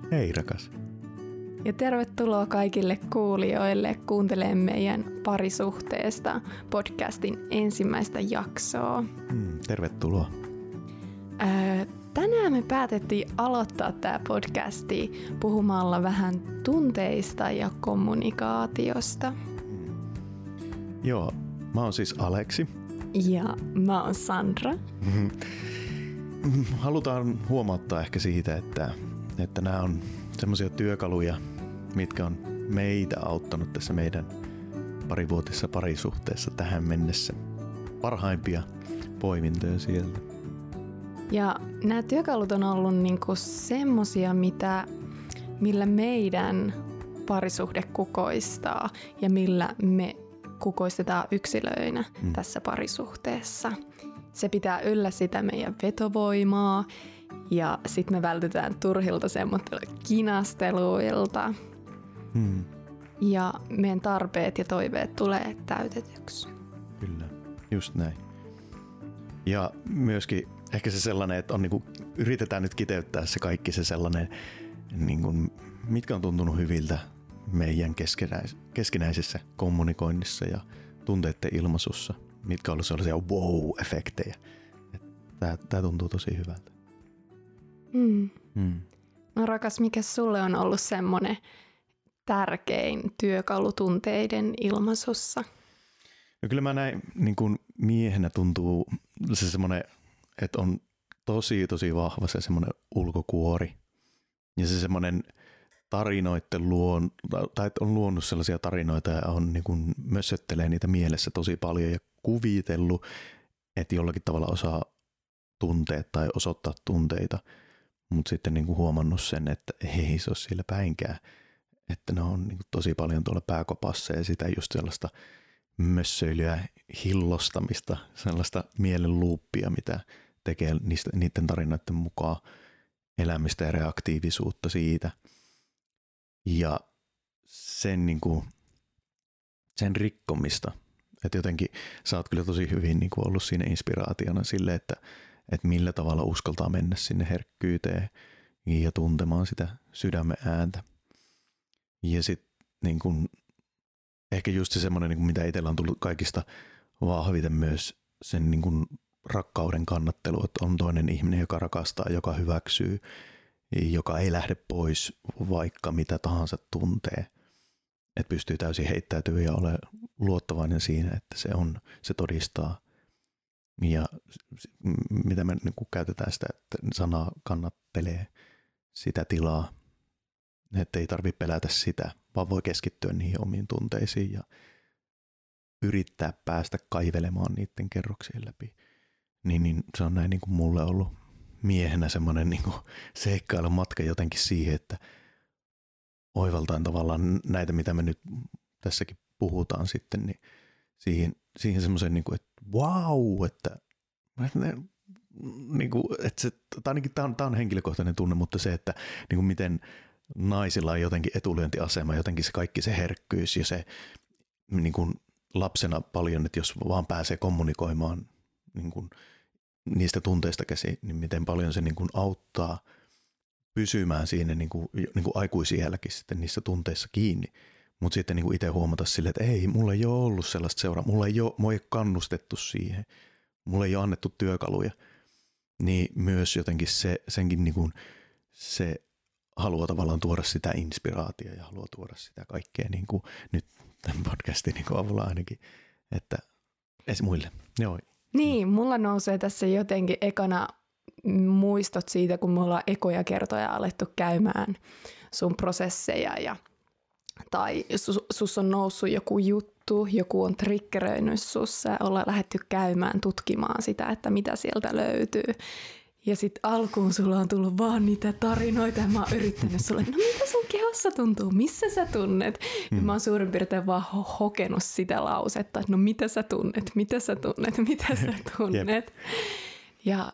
Hei rakas. Ja tervetuloa kaikille kuulijoille kuuntelemaan meidän parisuhteesta podcastin ensimmäistä jaksoa. Tervetuloa. Tänään me päätettiin aloittaa tämä podcasti puhumalla vähän tunteista ja kommunikaatiosta. Joo, mä oon siis Aleksi. Ja mä oon Sandra. Halutaan huomauttaa ehkä siitä, että nämä on semmoisia työkaluja, mitkä on meitä auttanut tässä meidän parivuotisessa parisuhteessa tähän mennessä. Parhaimpia poimintoja sieltä. Ja nämä työkalut on ollut niinku semmosia, millä meidän parisuhde kukoistaa ja millä me kukoistetaan yksilöinä tässä parisuhteessa. Se pitää yllä sitä meidän vetovoimaa ja sitten me vältytään turhilta semmoitteilta kinasteluilta. Ja meidän tarpeet ja toiveet tulee täytetyksi. Kyllä, just näin. Ja myöskin ehkä se sellainen, että on niinku, yritetään nyt kiteyttää se kaikki se sellainen, niinku, mitkä on tuntunut hyviltä meidän keskinäisessä kommunikoinnissa ja tunteiden ilmaisussa, mitkä on ollut sellaisia wow-efektejä. Tämä tuntuu tosi hyvältä. No rakas, mikä sulle on ollut semmoinen tärkein työkalu tunteiden ilmaisussa? No kyllä mä näin niin kuin miehenä tuntuu se semmoinen, että on tosi vahva se semmoinen ulkokuori ja se semmoinen tarinoiden tai on luonut sellaisia tarinoita ja on niin kuin mössöttelee niitä mielessä tosi paljon ja kuvitellut, että jollakin tavalla osaa tunteet tai osoittaa tunteita, mutta sitten niin kuin huomannut sen, että ei se ole siellä päinkään, että ne on niin kuin tosi paljon tuolla pääkopassa ja sitä just sellaista mössöilyä, hillostamista, sellaista mielen luuppia, mitä tekee niiden tarinoiden mukaan elämistä ja reaktiivisuutta siitä. Ja sen, niin kuin, sen rikkomista, että jotenkin sä oot kyllä tosi hyvin niin kuin ollut siinä inspiraationa sille, että millä tavalla uskaltaa mennä sinne herkkyyteen ja tuntemaan sitä sydämen ääntä. Ja sitten niin kuin ehkä just se semmoinen, niin kuin mitä itsellä on tullut kaikista vahviten myös sen niin kuin rakkauden kannattelu, että on toinen ihminen, joka rakastaa, joka hyväksyy, joka ei lähde pois vaikka mitä tahansa tuntee. Että pystyy täysin heittäytyä ja ole luottavainen siinä, että se todistaa. Ja mitä me niin kuin käytetään sitä, että sana kannattelee sitä tilaa, että ei tarvitse pelätä sitä, vaan voi keskittyä niihin omiin tunteisiin ja yrittää päästä kaivelemaan niiden kerroksien läpi. Niin se on näin niin kuin mulle ollut miehenä semmoinen niin kuin seikkailun matka jotenkin siihen, että oivaltaan tavallaan näitä, mitä me nyt tässäkin puhutaan sitten, niin siihen semmoisen, niin kuin, että vau, että niin kuin, että se, ainakin tämä on henkilökohtainen tunne, mutta se, että niin kuin miten naisilla on jotenkin etulyöntiasema, jotenkin se kaikki se herkkyys ja se niin kuin lapsena paljon, että jos vaan pääsee kommunikoimaan niin kuin niistä tunteista käsin, niin miten paljon se niin kuin auttaa pysymään siinä niin kuin aikuisielläkin sitten niissä tunteissa kiinni. Mutta sitten niin kuin itse huomata silleen, että ei, mulla ei ole ollut sellaista seuraa, mulla ei ole kannustettu siihen, mulla ei ole annettu työkaluja. Niin myös jotenkin senkin niin kuin se haluaa tavallaan tuoda sitä inspiraatiota ja haluaa tuoda sitä kaikkea niin kuin nyt tämän podcastin niin kuin avulla ainakin, että edes muille. Joo. Niin, mulla nousee tässä jotenkin ekana muistot siitä, kun me ollaan ekoja kertoja alettu käymään sun prosesseja tai sus on noussut joku juttu, joku on triggeröinyt sussa ja ollaan lähdetty käymään tutkimaan sitä, että mitä sieltä löytyy. Ja sitten alkuun sulla on tullut vaan niitä tarinoita ja mä oon yrittänyt sulle, no mitä sun kehossa tuntuu, missä sä tunnet? Ja mä oon suurin piirtein vaan hokenut sitä lausetta, että no mitä sä tunnet, mitä sä tunnet, mitä sä tunnet. Ja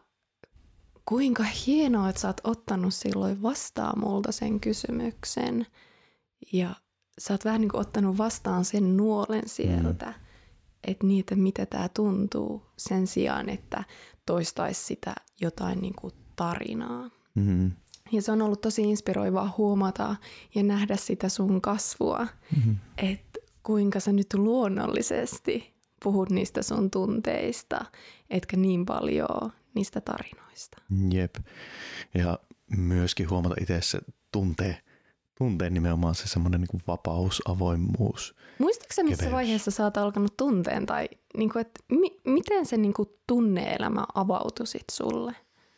kuinka hienoa, että sä oot ottanut silloin vastaan multa sen kysymyksen ja sä oot vähän niin kuin ottanut vastaan sen nuolen sieltä, että niitä mitä tää tuntuu sen sijaan, että toistaisi sitä jotain niin kuin tarinaa. Ja se on ollut tosi inspiroivaa huomata ja nähdä sitä sun kasvua, että kuinka sä nyt luonnollisesti puhut niistä sun tunteista, etkä niin paljon niistä tarinoista. Jep. Ja myöskin huomata itse se tunteen nimenomaan se semmoinen niin vapaus, avoimuus. Muistatko sä, missä vaiheessa sä oot alkanut tunteen? Tai niin kuin, että miten se niin kuin tunne-elämä avautui sit sulle?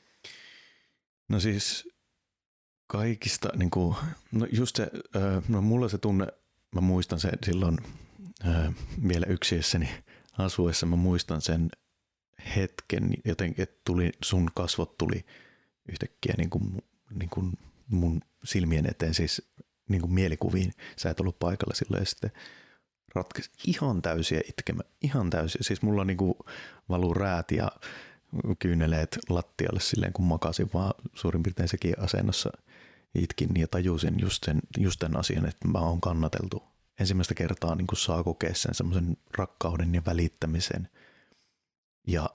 No siis kaikista, niin kuin, no just se, no mulla se tunne, mä muistan sen silloin vielä yksiössäni asuessa, mä muistan sen hetken jotenkin, että sun kasvot tuli yhtäkkiä niin kuin mun silmien eteen, siis niin kuin mielikuviin. Sä et ollut paikalla silloin ja sitten ratkesi ihan täysiä itkemään, ihan täysiä. Siis mulla niin kuin valuu räät ja kyyneleet lattialle silleen, kun makasin, vaan suurin piirtein sekin asennossa itkin ja tajusin just tämän asian, että mä oon kannateltu. Ensimmäistä kertaa niin kuin saa kokea sen semmoisen rakkauden ja välittämisen. Ja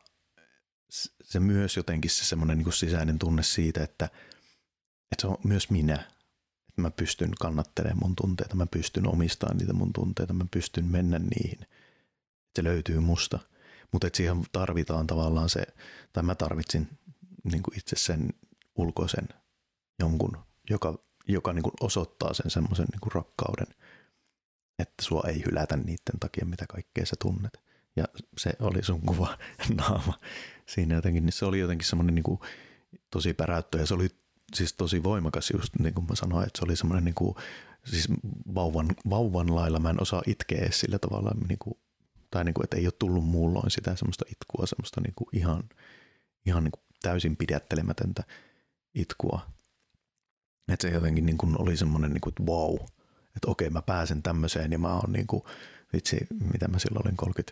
se myös jotenkin se semmoinen niin kuin sisäinen tunne siitä, että se on myös minä. Että mä pystyn kannattelemaan mun tunteita, mä pystyn omistamaan niitä mun tunteita, mä pystyn mennä niihin. Se löytyy musta. Mutta siihen tarvitaan tavallaan se, tai mä tarvitsin niin kuin itse sen ulkoisen jonkun, joka niin kuin osoittaa sen semmoisen niin kuin rakkauden, että sua ei hylätä niiden takia, mitä kaikkea sä tunnet. Ja se oli sun kuva naama siinä jotenkin, niin se oli jotenkin semmoinen niin kuin tosi päräyttö ja se oli siis tosi voimakas just niin kuin mä sanoin, että se oli semmoinen niin kuin, siis vauvan lailla mä en osaa itkeä sillä tavalla niin kuin, tai niin kuin, että ei ole tullut muulloin sitä semmoista itkua, semmoista niin kuin ihan niin kuin täysin pidättelemätöntä itkua. Että se jotenkin niin kuin oli semmoinen, niin kuin, että wow, että okei mä pääsen tämmöiseen ja mä oon niin kuin, vitsi, mitä mä silloin olin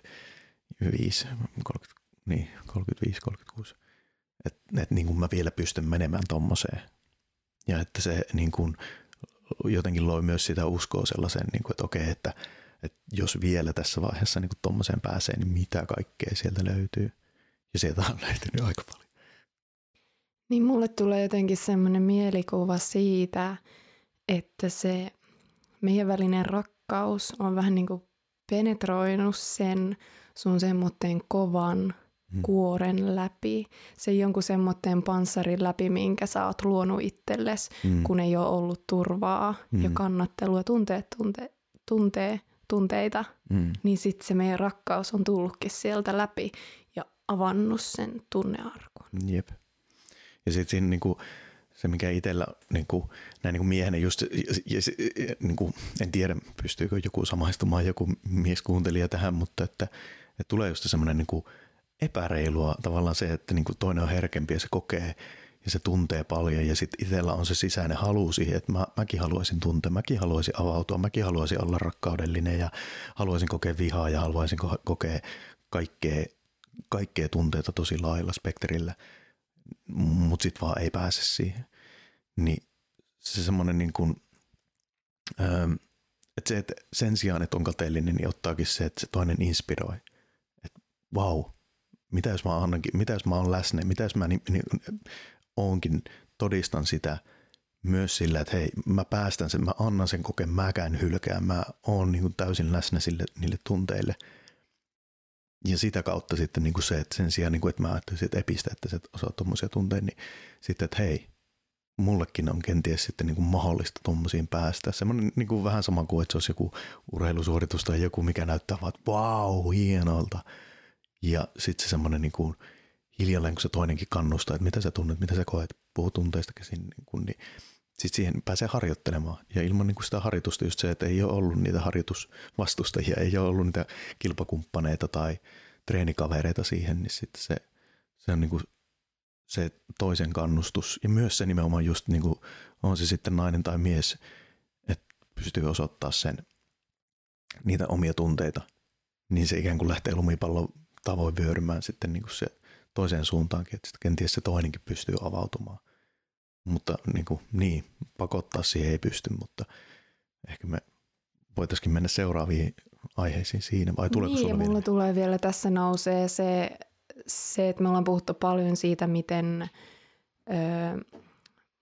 35, 36. Että niin kuin mä vielä pystyn menemään tommoseen. Ja että se niin kuin jotenkin loi myös sitä uskoa sellaisen, niin kuin, että okei, että jos vielä tässä vaiheessa niin kuin tommoseen pääsee, niin mitä kaikkea sieltä löytyy. Ja sieltä on löytynyt aika paljon. Niin mulle tulee jotenkin semmoinen mielikuva siitä, että se meidän välinen rakkaus on vähän niin kuin penetroinut sen sun semmoitteen kovan kuoren läpi. Se jonkun semmoitteen panssarin läpi, minkä sä oot luonut itsellesi, kun ei ole ollut turvaa ja kannattelua, tunteita, niin sitten se meidän rakkaus on tullutkin sieltä läpi ja avannut sen tunnearkun. Jep. Ja sitten siinä niinku, se, mikä itsellä niinku, näin niinku miehenä just, niinku, en tiedä pystyykö joku samaistumaan, joku mieskuuntelija tähän, mutta että tulee just semmoinen niinku epäreilua tavallaan se, että niinku toinen on herkempi ja se kokee ja se tuntee paljon ja sitten itsellä on se sisäinen halu siihen, että mäkin haluaisin tuntea, mäkin haluaisin avautua, mäkin haluaisin olla rakkaudellinen ja haluaisin kokea vihaa ja haluaisin kokea kaikkea tunteita tosi lailla spektrillä, mutta sitten vaan ei pääse siihen. Niin se semmoinen niin kuin, että se, että sen sijaan, että on kateellinen, niin ottaakin se, että se toinen inspiroi. Että vau, mitä jos mä oon läsnä, mitä jos mä oonkin, todistan sitä myös sillä, että hei, mä päästän sen, mä annan sen kokeen, mäkään hylkää, mä oon niin kuin täysin läsnä niille tunteille. Ja sitä kautta sitten niin kuin se, että sen sijaan, niin kuin, että mä ajattelisin, että epistä, että sä osaa tommosia tunteja, niin sitten, että hei, mullekin on kenties sitten niin kuin mahdollista tommosiin päästä. Semmoinen niin kuin vähän sama kuin, että se olisi joku urheilusuoritus tai joku, mikä näyttää vaan, että vau, hienolta. Ja sitten se semmoinen niin kuin hiljalleen, kun se toinenkin kannustaa, että mitä sä tunnet, mitä sä koet, puhuu tunteista käsin, niin sitten siihen pääsee harjoittelemaan. Ja ilman niin kuin sitä harjoitusta just se, että ei ole ollut niitä harjoitusvastustajia, ei ole ollut niitä kilpakumppaneita tai treenikavereita siihen, niin sitten se on niin kuin se toisen kannustus. Ja myös se nimenomaan just niin kuin on se sitten nainen tai mies, että pystyy osoittaa sen niitä omia tunteita, niin se ikään kuin lähtee lumipallon tavoin vyörymään sitten niin kuin se toiseen suuntaankin, että sitten kenties se toinenkin pystyy avautumaan. Mutta niin, pakottaa siihen ei pysty, mutta ehkä me voitaisiin mennä seuraaviin aiheisiin siinä, vai tuleeko niin, sulla mulla vielä? tulee vielä tässä nousee se, että me ollaan puhuttu paljon siitä, miten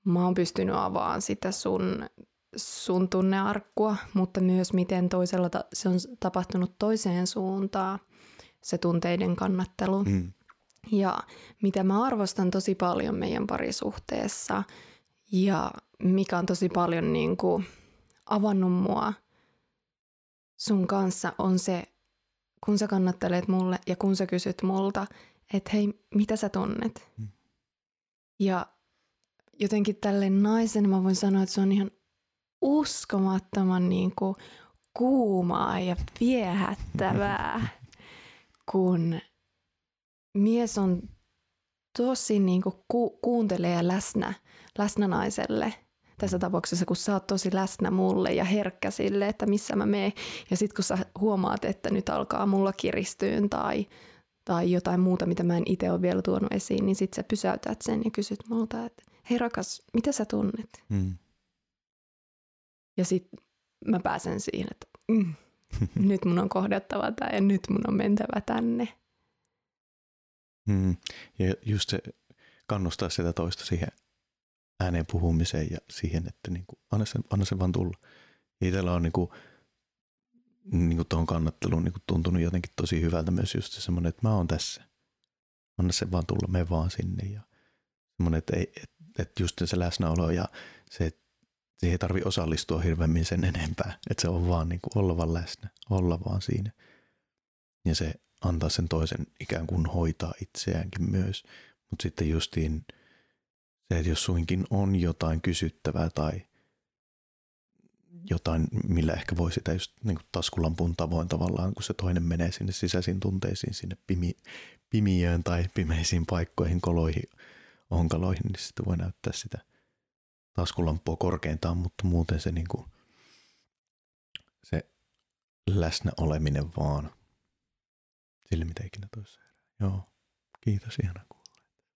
mä oon pystynyt avaamaan sitä sun tunnearkkua, mutta myös miten se on tapahtunut toiseen suuntaan, se tunteiden kannattelu. Ja mitä mä arvostan tosi paljon meidän parisuhteessa ja mikä on tosi paljon niin kuin avannut mua sun kanssa on se, kun sä kannattelet mulle ja kun sä kysyt multa, että hei, mitä sä tunnet? Ja jotenkin tälle naisen mä voin sanoa, että se on ihan uskomattoman niin kuin kuumaa ja viehättävää, kun mies on tosi niin kuin kuuntelee ja läsnä naiselle. Tässä tapauksessa, kun sä oot tosi läsnä mulle ja herkkä sille, että missä mä menen. Ja sit kun sä huomaat, että nyt alkaa mulla kiristyyn tai jotain muuta, mitä mä en itse ole vielä tuonut esiin, niin sit sä pysäytät sen ja kysyt multa, että hei rakas, mitä sä tunnet? Ja sit mä pääsen siihen, että nyt mun on kohdattava tää ja nyt mun on mentävä tänne. Ja just se kannustaa sitä toista siihen ääneen puhumiseen ja siihen, että niinku, anna sen vaan tulla. Itsellä on niinku tuohon kannatteluun niinku tuntunut jotenkin tosi hyvältä myös just semmoinen, että mä oon tässä. Anna sen vaan tulla, mene vaan sinne. Ja semmoinen, että just se läsnäolo ja se, että siihen ei tarvitse osallistua hirveämmin sen enempää. Että se on vaan niinku olla vaan läsnä, olla vaan siinä. Ja se antaa sen toisen ikään kuin hoitaa itseäänkin myös. Mutta sitten justiin se, että jos suinkin on jotain kysyttävää tai jotain, millä ehkä voi sitä just niin kuin taskulampun tavoin tavallaan, kun se toinen menee sinne sisäisiin tunteisiin, sinne pimiöön tai pimeisiin paikkoihin, koloihin, onkaloihin, niin sitten voi näyttää sitä taskulampua korkeintaan, mutta muuten se, niin kuin, se läsnä oleminen vaan sille, mitä ikinä toissa herää. Joo, kiitos, ihana kuulla.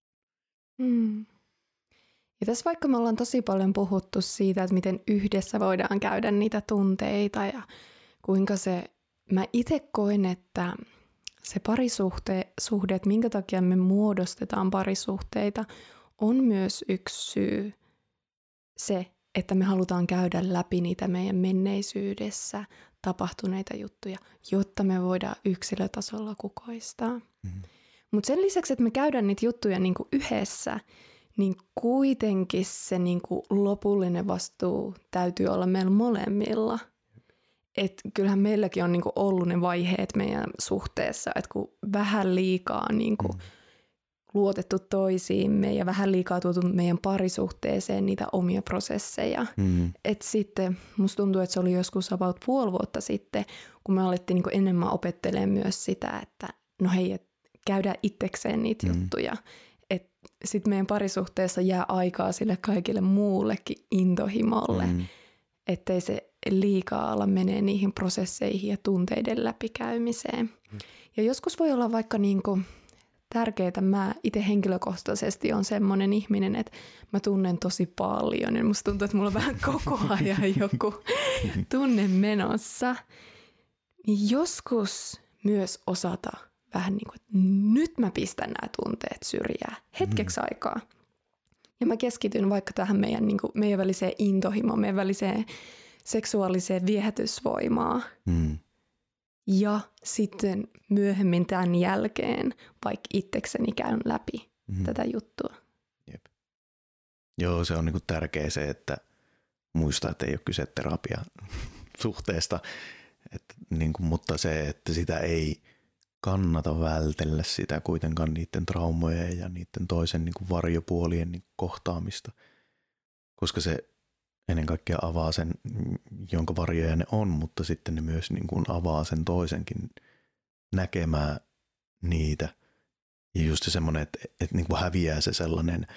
Ja tässä vaikka me ollaan tosi paljon puhuttu siitä, että miten yhdessä voidaan käydä niitä tunteita ja kuinka mä itse koen, että se parisuhde, että minkä takia me muodostetaan parisuhteita, on myös yksi syy se, että me halutaan käydä läpi niitä meidän menneisyydessä tapahtuneita juttuja, jotta me voidaan yksilötasolla kukoistaa. Mutta sen lisäksi, että me käydään niitä juttuja niinku yhdessä, niin kuitenkin se niinku lopullinen vastuu täytyy olla meillä molemmilla. Et kyllähän meilläkin on niinku ollut ne vaiheet meidän suhteessa, että kun vähän liikaa niinku luotettu toisiimme ja vähän liikaa tuotu meidän parisuhteeseen niitä omia prosesseja. Et sitten musta tuntuu, että se oli joskus about puoli vuotta sitten, kun me alettiin niinku enemmän opettelemaan myös sitä, että no hei, et käydään itsekseen niitä juttuja. Sitten meidän parisuhteessa jää aikaa sille kaikille muullekin intohimolle, ettei se liikaa ala menee niihin prosesseihin ja tunteiden läpikäymiseen. Ja joskus voi olla vaikka niinku tärkeää, mä itse henkilökohtaisesti on semmoinen ihminen, että mä tunnen tosi paljon ja musta tuntuu, että mulla on vähän koko ajan joku tunne menossa. Niin joskus myös osata vähän niin kuin, että nyt mä pistän nämä tunteet syrjään hetkeksi aikaa. Ja mä keskityn vaikka tähän meidän väliseen intohimoon, meidän väliseen seksuaaliseen viehätysvoimaan. Ja sitten myöhemmin tämän jälkeen vaikka itsekseni käyn läpi tätä juttua. Jep. Joo, se on niin kuin tärkeä se, että muistaa, että ei ole kyse terapiasuhteesta, niin kuin, mutta se, että sitä ei kannata vältellä sitä kuitenkaan niiden traumojen ja niiden toisen niin kuin varjopuolien niin kuin kohtaamista, koska se ennen kaikkea avaa sen, jonka varjoja ne on, mutta sitten ne myös niin kuin avaa sen toisenkin näkemään niitä. Ja just se semmoinen, että niin kuin häviää se sellainen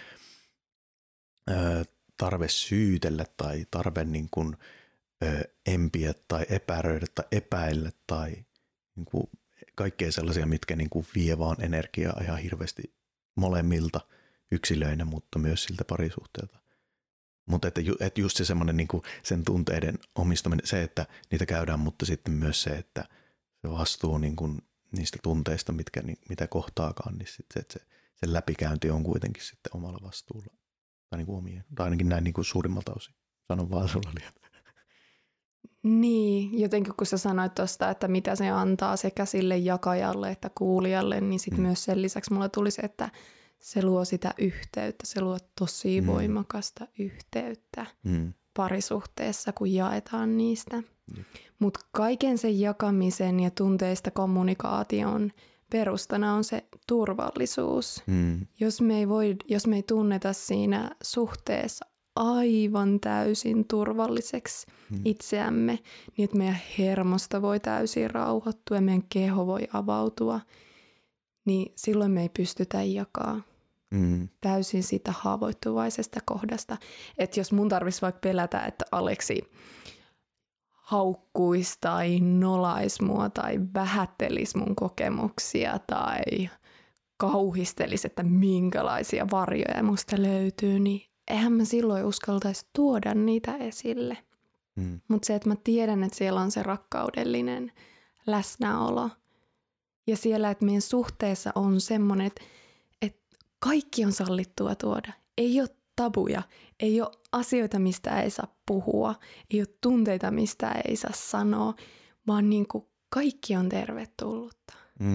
tarve syytellä tai tarve niin kuin, empiä tai epäröidä tai epäillä tai niin kuin kaikkea sellaisia, mitkä niin kuin vie vaan energiaa ihan hirveästi molemmilta yksilöinä, mutta myös siltä parisuhteelta. Mutta että just se semmoinen niin kuin sen tunteiden omistaminen, se, että niitä käydään, mutta sitten myös se, että se vastuu niin kuin niistä tunteista, mitä kohtaakaan, niin sitten se läpikäynti on kuitenkin sitten omalla vastuulla Tai niin kuin omien. Tai ainakin näin niin kuin suurimmalta osin. Sanon vaan sulla liian. Niin, jotenkin kun sä sanoit tuosta, että mitä se antaa sekä sille jakajalle että kuulijalle, niin sitten myös sen lisäksi mulla tuli se, että se luo sitä yhteyttä. Se luo tosi voimakasta yhteyttä parisuhteessa, kun jaetaan niistä. Mutta kaiken sen jakamisen ja tunteista kommunikaation perustana on se turvallisuus. Jos me ei tunneta siinä suhteessa aivan täysin turvalliseksi itseämme, niin että meidän hermosta voi täysin rauhoittua ja meidän keho voi avautua, niin silloin me ei pystytä jakaa täysin sitä haavoittuvaisesta kohdasta. Että jos mun tarvitsisi vaikka pelätä, että Aleksi haukkuisi tai nolaisi mua tai vähättelisi mun kokemuksia tai kauhistelisi, että minkälaisia varjoja musta löytyy, niin eihän mä silloin uskaltaisi tuoda niitä esille. Mutta se, että mä tiedän, että siellä on se rakkaudellinen läsnäolo ja siellä, että meidän suhteessa on semmoinen, että kaikki on sallittua tuoda. Ei ole tabuja, ei ole asioita, mistä ei saa puhua, ei ole tunteita, mistä ei saa sanoa, vaan niin kuin kaikki on tervetullutta.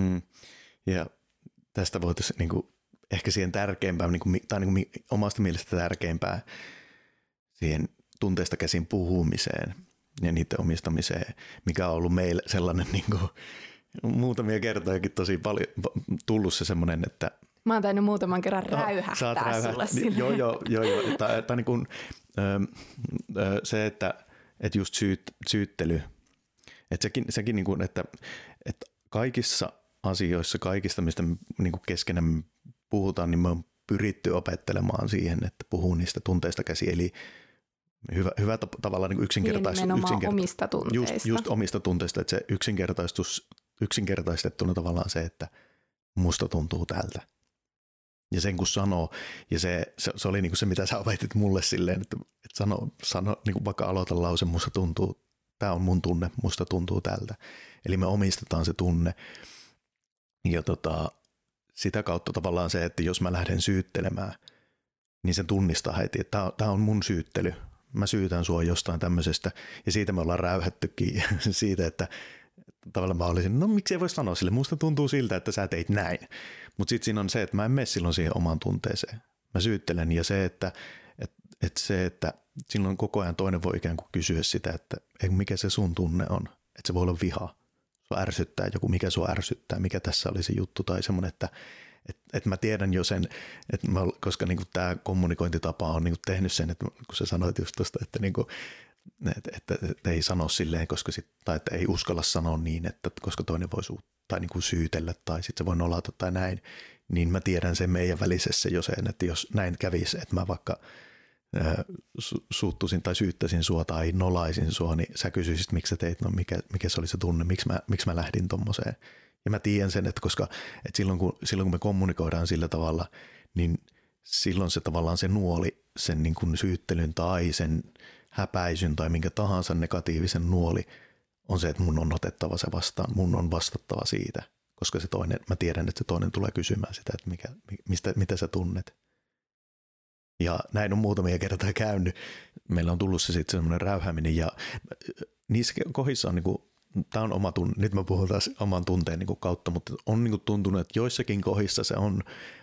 Ja tästä voitaisiin niin kuin ehkä siihen tärkeimpään, tai niin kuin omasta mielestä tärkeimpään siihen tunteista käsin puhumiseen ja niiden omistamiseen, mikä on ollut meillä sellainen niin kuin muutamia kertojakin tosi paljon tullut se semmoinen, että mä oon tainnut muutaman kerran räyhähtää sulle sinne. Joo. Tai niin kuin, se, että just syyttely, että sekin niin kuin, että kaikissa asioissa, kaikista mistä me niin kuin keskenään puhutaan, niin me on pyritty opettelemaan siihen, että puhuu niistä tunteista käsi. Eli hyvä tavalla niin omista tunteista. Just omista tunteista, että se yksinkertaistettuna tavallaan se, että musta tuntuu tältä. Ja sen kun sanoo, ja se oli niin kuin se, mitä sä opetit mulle silleen, että sano niin kuin vaikka aloita lause, musta tuntuu, tää on mun tunne, musta tuntuu tältä. Eli me omistetaan se tunne. Ja sitä kautta tavallaan se, että jos mä lähden syyttelemään, niin se tunnistaa heti, että tää on mun syyttely. Mä syytän sua jostain tämmöisestä, ja siitä me ollaan räyhättykin siitä, että tavallaan mä olisin, no miksi ei voi sanoa sille, musta tuntuu siltä, että sä teit näin. Mutta sitten siinä on se, että mä en mene silloin siihen omaan tunteeseen. Mä syyttelen, ja se, että silloin koko ajan toinen voi ikään kuin kysyä sitä, että mikä se sun tunne on. Että se voi olla viha, sua ärsyttää joku, mikä sua ärsyttää, mikä tässä oli se juttu, tai semmoinen, että mä tiedän jo sen, että koska niinku tämä kommunikointitapa on niinku tehnyt sen, että kun sä sanoit just tuosta, että niinku, että ei sano silleen, tai että ei uskalla sanoa niin, että koska toinen voi tai niin kuin syytellä tai sitten se voi nolata tai näin, niin mä tiedän sen meidän välisessä jo sen, että jos näin kävisi, että mä vaikka suuttuisin tai syyttäisin sua tai nolaisin sua, niin sä kysyisit, miksi sä teit, no mikä se oli se tunne, miksi mä lähdin tommoseen. Ja mä tiedän sen, että koska että silloin kun me kommunikoidaan sillä tavalla, niin silloin se tavallaan se nuoli, sen niin kuin syyttelyn tai sen häpäisyn tai minkä tahansa negatiivisen nuoli on se, että mun on otettava se vastaan, mun on vastattava siitä, koska se toinen, mä tiedän, että se toinen tulee kysymään sitä, että mitä sä tunnet. Ja näin on muutamia kertaa käynyt. Meillä on tullut se sitten semmoinen räyhääminen ja niissä kohdissa on niinku, tämä on oma tunne, nyt mä puhun taas oman tunteen niinku kautta, mutta on niinku tuntunut, että joissakin kohdissa se on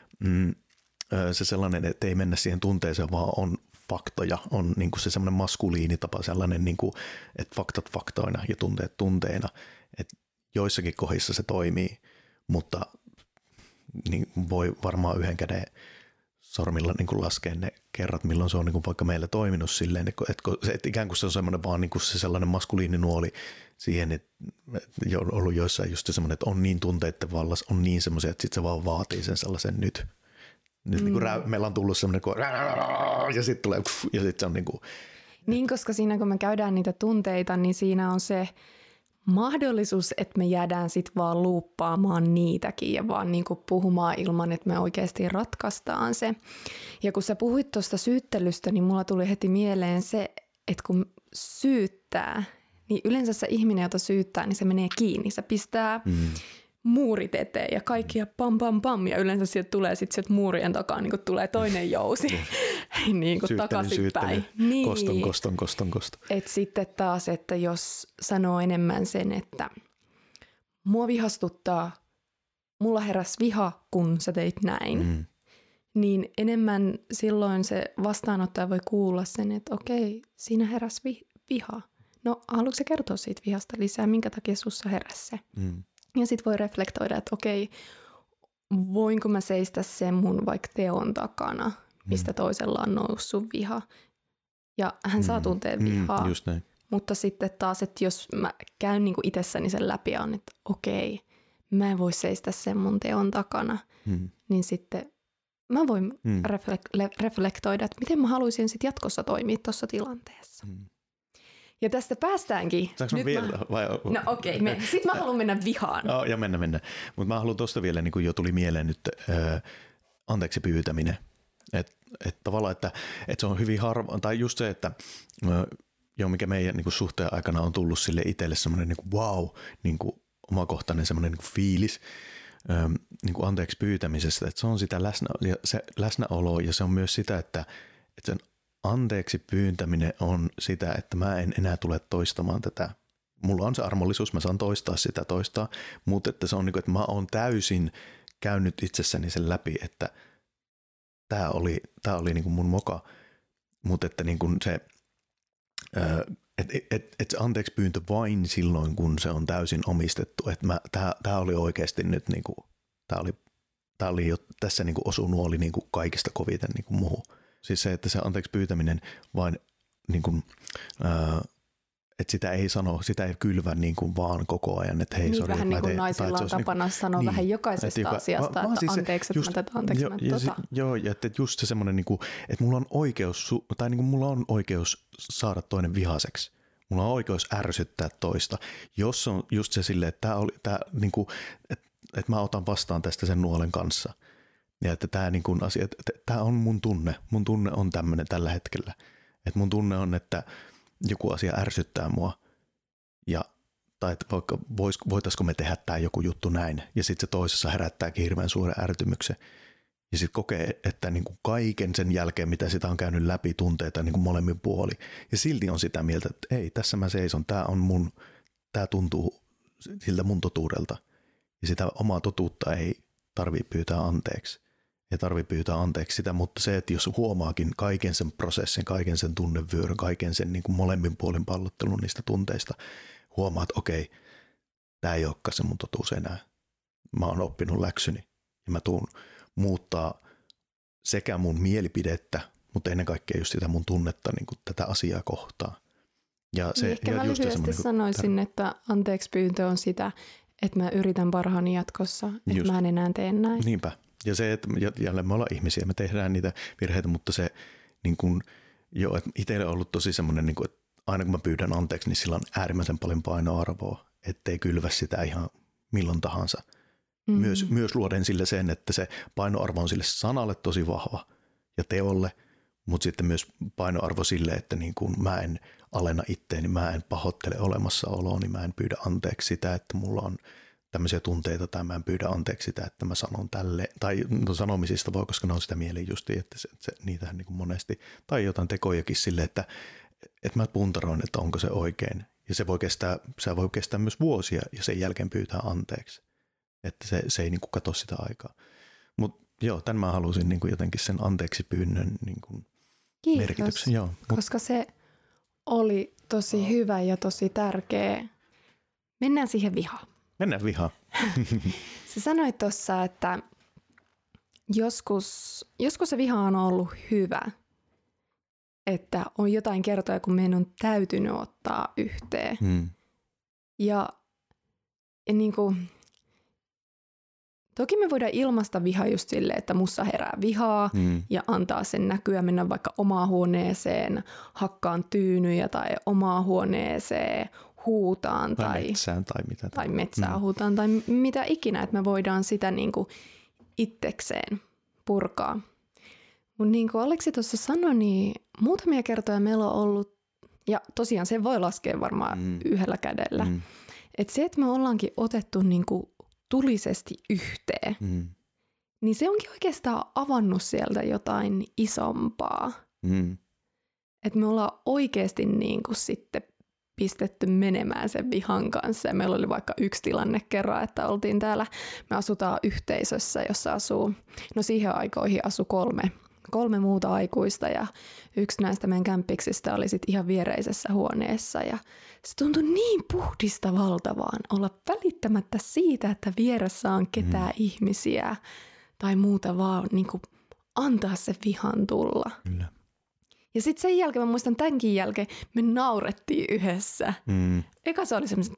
se sellainen, että ei mennä siihen tunteeseen, vaan on faktoja, on niinku se semmoinen maskuliinitapa, sellainen, niinku, että faktat faktoina ja tunteet tunteina, että joissakin kohdissa se toimii, mutta niin voi varmaan yhden käden sormilla niin kuin laskea ne kerrat, milloin se on niin kuin vaikka meillä toiminut silleen, että ikään kuin se on semmoinen vaan niin kuin se sellainen maskuliininuoli siihen, että on ollut joissain just semmoinen, että on niin tunteiden vallas, on niin semmoisia, että sitten se vaan vaatii sen sellaisen nyt niin kuin meillä on tullut semmoinen, ja sitten tulee, ja sitten se on niin kuin. Niin, koska siinä kun me käydään niitä tunteita, niin siinä on se mahdollisuus, että me jäädään sitten vaan luuppaamaan niitäkin ja vaan niinku puhumaan ilman, että me oikeasti ratkaistaan se. Ja kun sä puhuit tuosta syyttelystä, niin mulla tuli heti mieleen se, että kun syyttää, niin yleensä se ihminen, jota syyttää, niin se menee kiinni. Se pistää muurit eteen ja kaikki ja pam pam pam ja yleensä sieltä tulee sitten sieltä muurien takaa niin tulee toinen jousi niin takaisinpäin. Niin. Koston. Et sitten taas, että jos sanoo enemmän sen, että mua vihastuttaa, mulla heräsi viha, kun sä teit näin, niin enemmän silloin se vastaanottaja voi kuulla sen, että okei, siinä heräsi viha. No, haluatko sä kertoa siitä vihasta lisää, minkä takia sussa heräsi se? Ja sitten voi reflektoida, että okei, voinko mä seistä sen mun vaikka teon takana, mistä toisella on noussut viha. Ja hän saa tuntea vihaa. Just näin. Mutta sitten taas, että jos mä käyn niinku itsessäni sen läpi ja on, että okei, mä en voi seistä sen mun teon takana, niin sitten mä voin reflektoida, että miten mä haluaisin sitten jatkossa toimia tuossa tilanteessa. Ja tästä päästäänkin. Saanko mä vielä? No okei, sitten mä haluan mennä vihaan. No, ja mennä. Mutta mä haluan tuosta vielä, niin kuin jo tuli mieleen nyt, anteeksi pyytäminen. Että tavallaan, että se on hyvin harva, tai just se, että mikä meidän niin kuin suhteen aikana on tullut sille itselle semmoinen niin kuin wow, niin kuin omakohtainen semmoinen niin kuin fiilis niin kuin anteeksi pyytämisestä, että se on sitä läsnäoloa ja se on myös sitä, että sen anteeksi pyyntäminen on sitä, että mä en enää tule toistamaan tätä. Mulla on se armollisuus, mä saan toistaa, mutta että se on niin kuin, että mä oon täysin käynyt itsessäni sen läpi, että tää oli niin kuin mun moka, mutta että niin kuin se, että se anteeksi pyyntö vain silloin, kun se on täysin omistettu, että tää oli oikeasti nyt niin kuin, tää oli jo tässä niin kuin osu nuoli niin kuin kaikista koviten niin kuin muuhun. Siis se, että se anteeksi pyytäminen vain, niin kuin, että sitä ei sano, sitä ei kylvä niin kuin vaan koko ajan, että hei, niin, vähän niin kuin naisilla on tapana niin, sanoa vähän jokaisesta asiasta, että siis anteeksi, että mä tätä, anteeksi, mä tota. Joo, ja että just se semmoinen, niin kuin, että mulla on oikeus, tai niin kuin mulla on oikeus saada toinen vihaseksi. Mulla on oikeus ärsyttää toista, jos on just se silleen, että niin kuin, että mä otan vastaan tästä sen nuolen kanssa. Ja että tämä niin kuin asia, että tämä on mun tunne. Mun tunne on tämmöinen tällä hetkellä. Että mun tunne on, että joku asia ärsyttää mua. Tai että vaikka voitaisiko me tehdä tämä joku juttu näin. Ja sitten se toisessa herättääkin hirveän suuren ärtymyksen. Ja sitten kokee, että niin kuin kaiken sen jälkeen, mitä sitä on käynyt läpi tunteita niin kuin molemmin puoli. Ja silti on sitä mieltä, että ei, tässä mä seison. Tämä tuntuu siltä mun totuudelta. Ja sitä omaa totuutta ei tarvitse pyytää anteeksi. Ja tarvii pyytää anteeksi sitä, mutta se, että jos huomaakin kaiken sen prosessin, kaiken sen tunnevyöryn, kaiken sen niin kuin molemmin puolin pallottelun niistä tunteista, huomaat, että okei, tämä ei olekaan se mun totuus enää. Mä oon oppinut läksyni ja mä tuun muuttaa sekä mun mielipidettä, mutta ennen kaikkea just sitä mun tunnetta niin kuin tätä asiaa kohtaan. Ja se, ehkä mä lyhyesti sanoisin, että anteeksi pyyntö on sitä, että mä yritän parhaani jatkossa, että just. Mä en enää tee näin. Niinpä. Ja se, että jälleen me ollaan ihmisiä, me tehdään niitä virheitä, mutta se niin kuin, jo, että itselle on ollut tosi semmoinen, niin kuin, että aina kun mä pyydän anteeksi, niin sillä on äärimmäisen paljon painoarvoa, ettei kylvä sitä ihan milloin tahansa. Myös luoden sille sen, että se painoarvo on sille sanalle tosi vahva ja teolle, mutta sitten myös painoarvo sille, että niin kuin mä en alenna itteeni, mä en pahoittele olemassaoloa, niin mä en pyydä anteeksi sitä, että mulla on tämmöisiä tunteita tai mä en pyydä anteeksi sitä, että mä sanon tälle, tai sanomisista voi, koska ne on sitä mieleen justiin, että niitähän niin kuin monesti, tai jotain tekojakin sille, että mä puntaroin, että onko se oikein, ja se voi kestää myös vuosia, ja sen jälkeen pyytää anteeksi, että se ei niin kuin katso sitä aikaa. Mutta joo, tämän mä halusin niin kuin jotenkin sen anteeksi pyynnön niin kuin merkityksen. Joo, koska se oli tosi hyvä ja tosi tärkeä. Mennään siihen vihaan. Mennään vihaan. Sä sanoit tuossa, että joskus se viha on ollut hyvä, että on jotain kertoja, kun meidän on täytynyt ottaa yhteen. Ja niin kuin, toki me voidaan ilmaista vihaa just silleen, että mussa herää vihaa ja antaa sen näkyä, mennä vaikka omaan huoneeseen, hakkaan tyynyjä tai omaan huoneeseen, huutaan tai metsään tai mitä. Tai metsään huutaan tai mitä ikinä, että me voidaan sitä niin kuin itsekseen purkaa. Mutta niin kuin Aleksi tuossa sanoi, niin muutamia kertoja meillä on ollut, ja tosiaan se voi laskea varmaan yhdellä kädellä, että se, että me ollaankin otettu niin kuin tulisesti yhteen, niin se onkin oikeastaan avannut sieltä jotain isompaa. Että me ollaan oikeasti niin kuin sitten pistetty menemään sen vihan kanssa. Ja meillä oli vaikka yksi tilanne kerran, että oltiin täällä, me asutaan yhteisössä, jossa asuu, no siihen aikoihin asui kolme muuta aikuista ja yksi näistä meidän kämppiksistä oli sitten ihan viereisessä huoneessa ja se tuntui niin puhdistavalta vaan olla välittämättä siitä, että vieressä on ketään ihmisiä tai muuta vaan niin kuin antaa se vihan tulla. Kyllä. Ja sitten sen jälkeen, mä muistan tämänkin jälkeen, me naurettiin yhdessä. Eka se oli semmoisen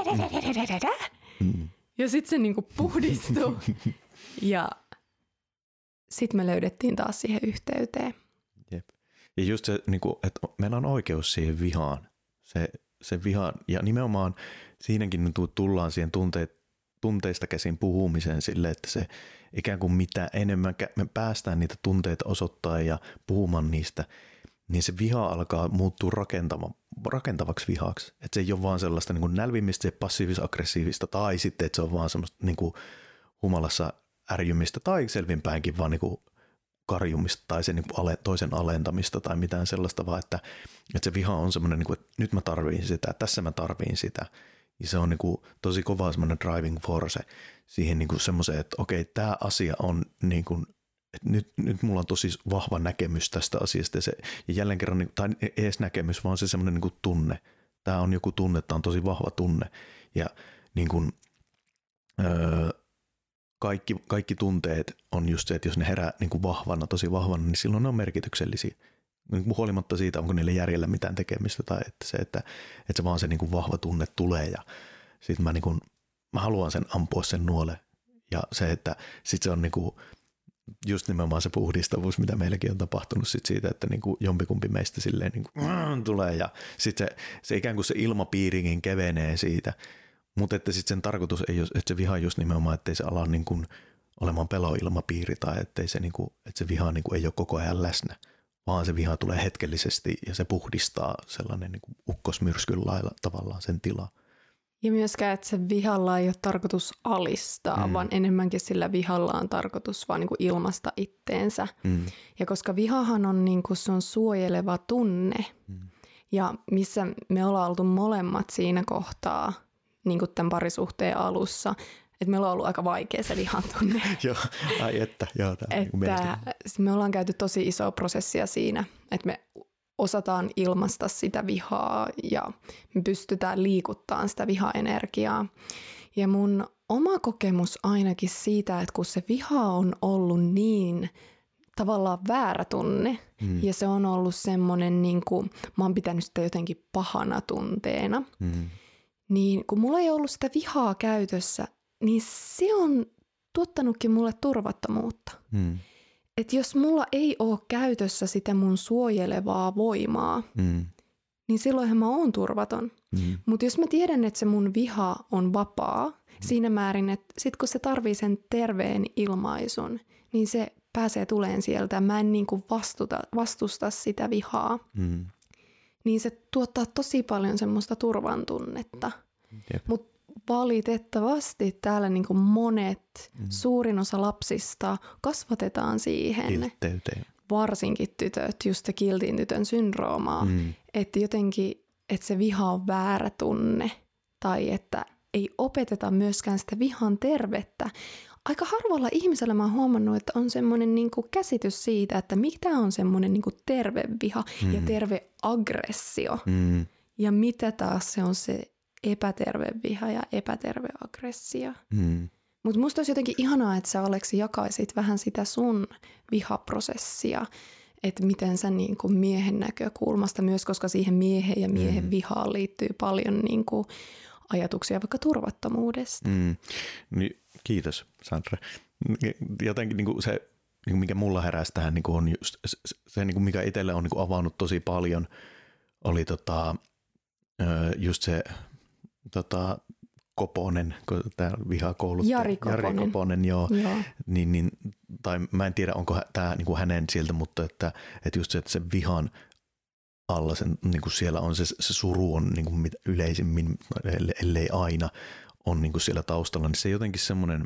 ja sitten se niinku puhdistui. Ja sitten me löydettiin taas siihen yhteyteen. Jep. Ja just se, niinku, että meillä on oikeus siihen vihaan. Se vihaan. Ja nimenomaan siinäkin tullaan siihen tunteista käsin puhumiseen sille, että se ikään kuin mitä enemmän me päästään niitä tunteita osoittaa ja puhumaan niistä, niin se viha alkaa muuttua rakentavaksi vihaksi. Että se ei ole vaan sellaista niin kuin nälvimistä, se passiivis-aggressiivista tai sitten, että se on vaan semmoista niin kuin humalassa ärjymistä tai selvinpäinkin vaan niin kuin karjumista tai se niin kuin toisen alentamista tai mitään sellaista, vaan että se viha on semmoinen, niin kuin, että nyt mä tarviin sitä, tässä mä tarviin sitä. Ja se on niin kuin tosi kova semmoinen driving force siihen niin kuin semmoiseen, että okei, tämä asia on niin kuin, että nyt mulla on tosi vahva näkemys tästä asiasta ja jälleen kerran, tai ei edes näkemys, vaan se semmoinen niin kuin tunne. Tämä on joku tunne, tämä on tosi vahva tunne ja niin kuin, kaikki tunteet on just se, että jos ne herää niin kuin vahvana, tosi vahvana, niin silloin ne on merkityksellisiä. Huolimatta siitä, onko niille järjellä mitään tekemistä tai että se vaan se niin kuin vahva tunne tulee ja sitten mä haluan sen ampua sen nuole ja se, että sitten se on niin kuin just nimenomaan se puhdistavuus, mitä meilläkin on tapahtunut sit siitä, että niin kuin jompikumpi meistä silleen niin kuin tulee ja sitten se ikään kuin se ilmapiirikin kevenee siitä, mutta että sitten sen tarkoitus ei ole, että se viha just nimenomaan, ettei se ala niin kuin olemaan peloilmapiiri tai ettei se, niin kuin, että se viha niin kuin ei ole koko ajan läsnä, vaan se viha tulee hetkellisesti ja se puhdistaa sellainen niin kuin ukkosmyrskyn lailla tavallaan sen tilaa. Ja myöskään, että se vihalla ei ole tarkoitus alistaa, vaan enemmänkin sillä vihalla on tarkoitus vaan niin kuin ilmaista itteensä. Ja koska vihahan on, niin kuin, se on suojeleva tunne ja missä me ollaan oltu molemmat siinä kohtaa niin kuin tämän parisuhteen alussa, että meillä on ollut aika vaikea se vihan tunne. Joo, ai että. Joo, että me ollaan käyty tosi isoa prosessia siinä, että me osataan ilmaista sitä vihaa ja me pystytään liikuttamaan sitä vihaenergiaa. Ja mun oma kokemus ainakin siitä, että kun se viha on ollut niin tavallaan väärä tunne ja se on ollut semmoinen, niin kuin mä oon pitänyt sitä jotenkin pahana tunteena, niin kun mulla ei ollut sitä vihaa käytössä, niin se on tuottanutkin mulle turvattomuutta. Että jos mulla ei ole käytössä sitä mun suojelevaa voimaa, niin silloinhan mä oon turvaton. Mutta jos mä tiedän, että se mun viha on vapaa siinä määrin, että sit kun se tarvii sen terveen ilmaisun, niin se pääsee tuleen sieltä. Mä en niinku vastusta sitä vihaa. Niin se tuottaa tosi paljon semmoista turvan tunnetta. Mutta valitettavasti täällä niin kuin monet, suurin osa lapsista kasvatetaan siihen. Kiltteyteen. Varsinkin tytöt, just se kiltin tytön syndroomaa. Että jotenkin, että se viha on väärä tunne tai että ei opeteta myöskään sitä vihan tervettä. Aika harvalla ihmisellä mä oon huomannut, että on semmoinen niin kuin käsitys siitä, että mitä on semmoinen niin kuin terve viha ja terve aggressio. Ja mitä taas se on se epäterve viha ja epäterve aggressio. Mutta musta olisi jotenkin ihanaa, että sä Aleksi jakaisit vähän sitä sun vihaprosessia, että miten sä niin kuin miehen näkökulmasta myös, koska siihen miehen ja miehen vihaan liittyy paljon niin kuin ajatuksia vaikka turvattomuudesta. Niin, kiitos Sandra. Jotenkin niin kuin se, niin kuin mikä mulla heräsi tähän, niin kuin on just se, niin kuin mikä itselle on niin kuin avannut tosi paljon, oli just se Koponen, tämä vihakouluttaja. Jari Koponen, joo. Niin, tai mä en tiedä, onko tämä niin kuin hänen sieltä, mutta että just se, että se vihan alla, sen, niin kuin siellä on se suru on niin kuin yleisimmin, ellei aina, on niin kuin siellä taustalla, niin se jotenkin semmoinen,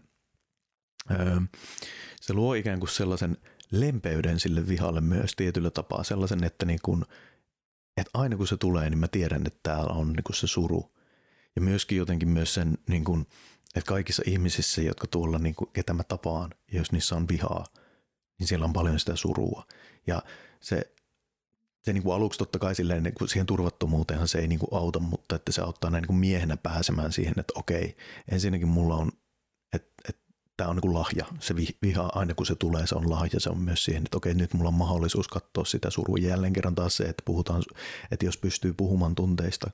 se luo ikään kuin sellaisen lempeyden sille vihalle myös tietyllä tapaa, sellaisen, että, niin kuin, että aina kun se tulee, niin mä tiedän, että täällä on niin kuin se suru. Ja myöskin jotenkin myös sen, niin kuin, että kaikissa ihmisissä, jotka tuolla, niin kuin, ketä mä tapaan, jos niissä on vihaa, niin siellä on paljon sitä surua. Ja se niin kuin aluksi totta kai silleen, niin kuin siihen turvattomuuteenhan se ei niin kuin auta, mutta että se auttaa näin niin kuin miehenä pääsemään siihen, että okei, ensinnäkin mulla on, että tämä on niin kuin lahja. Se viha aina kun se tulee, se on lahja. Se on myös siihen, että okei, nyt mulla on mahdollisuus katsoa sitä surua. Jälleen kerran taas se, että puhutaan, että jos pystyy puhumaan tunteista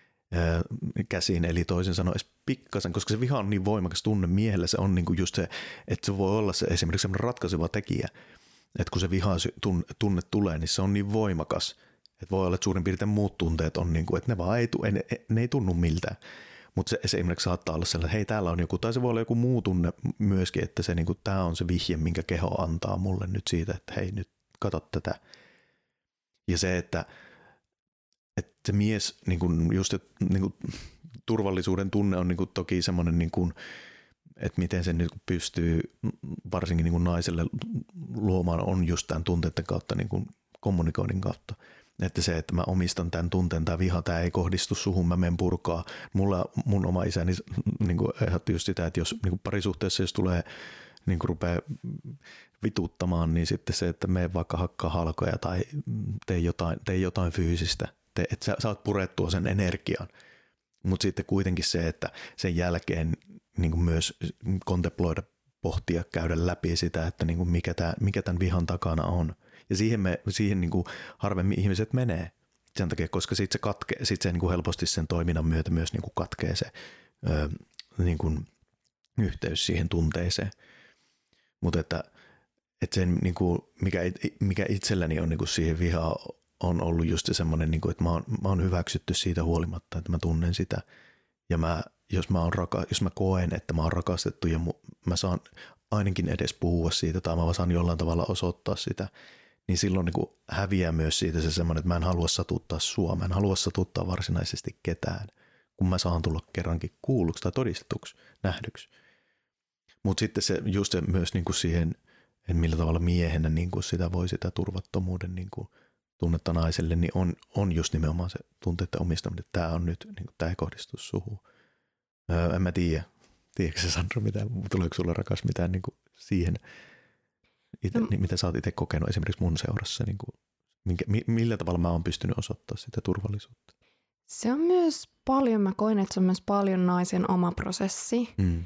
käsiin, eli toisin sanoen edes pikkasen, koska se viha on niin voimakas tunne miehellä, se on niin kuin just se, että se voi olla se esimerkiksi semmoinen ratkaiseva tekijä, että kun se viha tunne tulee, niin se on niin voimakas, että voi olla, että suurin piirtein muut tunteet on niin kuin, että ne vaan ne ei tunnu miltään. Mutta se esimerkiksi saattaa olla sellainen, että hei, täällä on joku, tai se voi olla joku muu tunne myöskin, että se, niin kuin, tämä on se vihje, minkä keho antaa mulle nyt siitä, että hei, nyt katso tätä. Ja se, että se mies, niin kuin just niin kuin, turvallisuuden tunne on niin kuin, toki semmoinen, niin kuin, että miten se nyt pystyy varsinkin niin kuin naiselle luomaan, on just tämän tunteiden kautta, niin kuin kommunikoinnin kautta. Että se, että mä omistan tämän tunteen, tämä viha, tämä ei kohdistu suhun, mä menen purkaa. Mun oma isäni niin ehdotti just sitä, että jos niin parisuhteessa, jos tulee, niin rupeaa vituttamaan, niin sitten se, että mene vaikka hakkaa halkoja tai tee jotain fyysistä. Että sä saat purettua sen energian. Mutta sitten kuitenkin se, että sen jälkeen niin myös kontemploida, pohtia, käydä läpi sitä, että niin mikä tämän vihan takana on. Ja siihen niin kuin harvemmin ihmiset menee sen takia, koska sitten se katkee, se niin kuin helposti sen toiminnan myötä myös niin kuin katkee se niin kuin yhteys siihen tunteeseen. Mutta että sen, niin kuin, mikä itselläni on niin kuin siihen vihaan, on ollut just se semmoinen, niin kuin, että mä oon hyväksytty siitä huolimatta, että mä tunnen sitä. Ja jos mä koen, että mä oon rakastettu ja mä saan ainakin edes puhua siitä tai mä saan jollain tavalla osoittaa sitä, niin silloin niin kuin häviää myös siitä se semmoinen, että mä en halua satuttaa sua, mä en halua satuttaa varsinaisesti ketään, kun mä saan tulla kerrankin kuulluksi tai todistetuksi, nähdyksi. Mutta sitten se just se myös niin kuin siihen, että millä tavalla miehenä niin kuin sitä voi sitä turvattomuuden niin kuin tunnetta naiselle, niin on just nimenomaan se tunteiden omistaminen, että tämä on nyt, niin kuin, tämä ei kohdistu suhun. En mä tiedä. Tiedätkö sä, Sandra, tuleeko sulle rakas mitään niin kuin siihen, mitä sä oot itse kokenut esimerkiksi mun seurassa, niin kuin, millä tavalla mä oon pystynyt osoittamaan sitä turvallisuutta? Se on myös paljon, mä koen, että se on myös paljon naisen oma prosessi.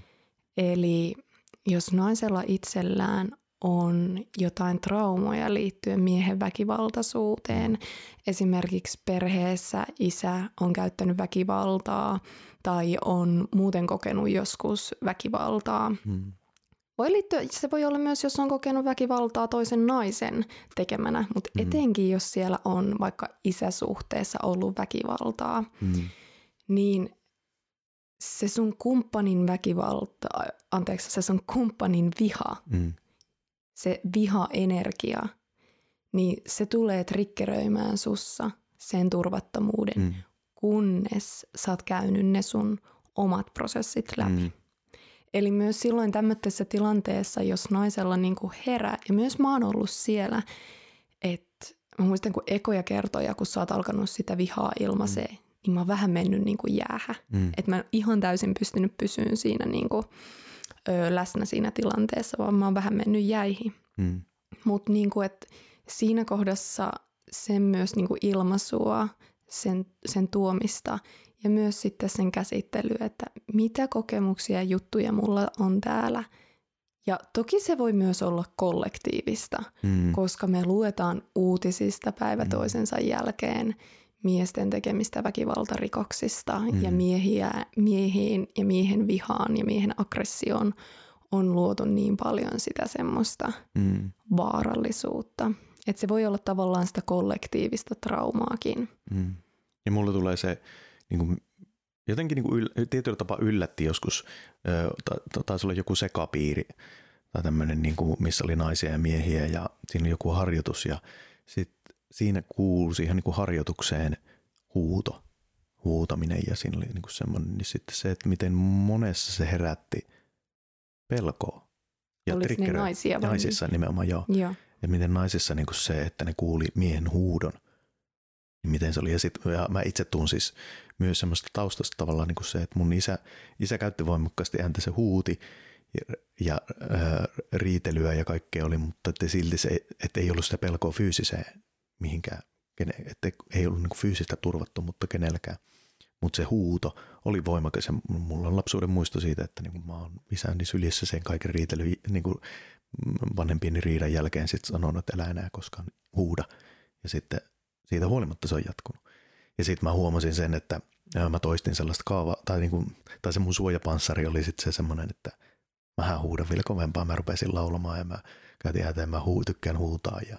Eli jos naisella itsellään on jotain traumoja liittyen miehen väkivaltaisuuteen, esimerkiksi perheessä isä on käyttänyt väkivaltaa tai on muuten kokenut joskus väkivaltaa. Voi liittyä, se voi olla myös, jos on kokenut väkivaltaa toisen naisen tekemänä, mutta etenkin jos siellä on vaikka isäsuhteessa ollut väkivaltaa, niin se sun kumppanin se sun kumppanin viha, se viha-energia, niin se tulee triggeröimään sussa sen turvattomuuden, kunnes sä oot käynyt ne sun omat prosessit läpi. Eli myös silloin tämmöisessä tilanteessa, jos naisella niinku herää, ja myös mä oon ollut siellä, että mä muistan kun ekoja kertoja, kun sä oot alkanut sitä vihaa ilmaisee, niin mä oon vähän mennyt niinku jäähä. Että mä en ihan täysin pystynyt pysyyn siinä niinku, läsnä siinä tilanteessa, vaan mä oon vähän mennyt jäihin. Mutta niinku, siinä kohdassa sen myös niinku ilmaisua, sen tuomista ja myös sitten sen käsittely, että mitä kokemuksia ja juttuja mulla on täällä. Ja toki se voi myös olla kollektiivista, koska me luetaan uutisista päivä toisensa jälkeen miesten tekemistä väkivaltarikoksista ja miehiin ja miehen vihaan ja miehen aggressioon on luotu niin paljon sitä semmoista vaarallisuutta. Että se voi olla tavallaan sitä kollektiivista traumaakin. Ja mulle tulee se niin kuin, jotenkin niin kuin tietyllä tapaa yllätti joskus, taisi olla joku sekapiiri tai tämmöinen, niin kuin, missä oli naisia ja miehiä ja siinä oli joku harjoitus ja sitten siinä kuului siihen niin kuin harjoitukseen huutaminen ja siinä oli niin kuin semmoinen, niin sitten se, että miten monessa se herätti pelkoa. Ja oliko ne naisia vai? Naisissa nimenomaan, joo. Ja miten naisissa niin kuin se, että ne kuuli miehen huudon, niin miten se oli. Ja mä itse tuun siis myös semmoista taustasta tavallaan niin kuin se, että mun isä käytti voimakkaasti ääntä, se huuti ja riitelyä ja kaikkea oli, mutta että silti se, että ei ollut sitä pelkoa fyysiseen mihinkään, että ei ollut niin kuin fyysistä turvattomuutta kenelläkään. Mutta se huuto oli voimakas ja mulla on lapsuuden muisto siitä, että niin kuin mä oon isäni sylissä sen kaiken riitely, niin kuin vanhempieni riidan jälkeen sitten sanonut, että älä enää koskaan huuda. Ja sitten siitä huolimatta se on jatkunut. Ja sitten mä huomasin sen, että mä toistin sellaista tai se mun suojapanssari oli sitten se semmoinen, että mähän huudan vielä kovempaa. Mä rupesin laulamaan ja mä käytin ääntä ja mä tykkään huutaa ja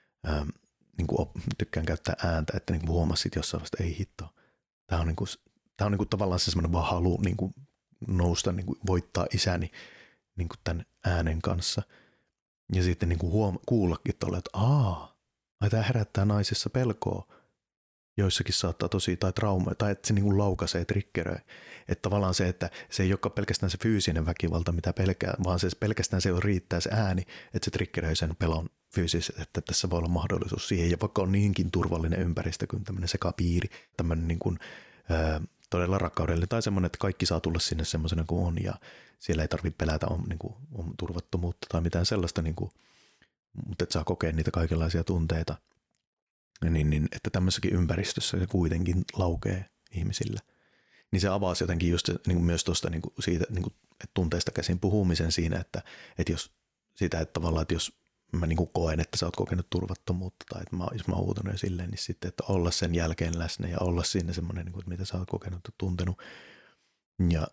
niin kuin tykkään käyttää ääntä, että niin kuin huomasit jossain vasta, ei hitto. Tämä on niin kuin tavallaan se semmoinen vaan halu niin kuin nousta, niin kuin voittaa isäni niin kuin tämän äänen kanssa. Ja sitten niin kuin kuullakin tuolla, että tämä herättää naisissa pelkoa. Joissakin saattaa tai traumaa, tai että se niin kuin laukaisee, triggeröi. Että tavallaan se, että se ei olekaan pelkästään se fyysinen väkivalta, mitä pelkää, vaan se pelkästään se riittää se ääni, että se triggeröi sen pelon fyysisesti, että tässä voi olla mahdollisuus siihen. Ja vaikka on niinkin turvallinen ympäristö kuin tämmöinen sekapiiri, tämmöinen niin kuin, todella rakkaudellinen tai semmoinen, että kaikki saa tulla sinne semmoisena kuin on ja siellä ei tarvitse pelätä niin kuin, on turvattomuutta tai mitään sellaista, niin kuin, mutta että saa kokea niitä kaikenlaisia tunteita. Niin, että tämmöisessäkin ympäristössä se kuitenkin laukee ihmisille. Niin se avasi jotenkin just niin kuin myös tuosta niin kuin siitä niin kuin, että tunteista käsin puhumisen siinä, että jos sitä, että tavallaan, että jos mä niin kuin koen, että sä oot kokenut turvattomuutta tai että jos mä oon huutanut ja silleen, niin sitten, että olla sen jälkeen läsnä ja olla siinä semmoinen, niin kuin, mitä sä oot kokenut ja tuntenut. Ja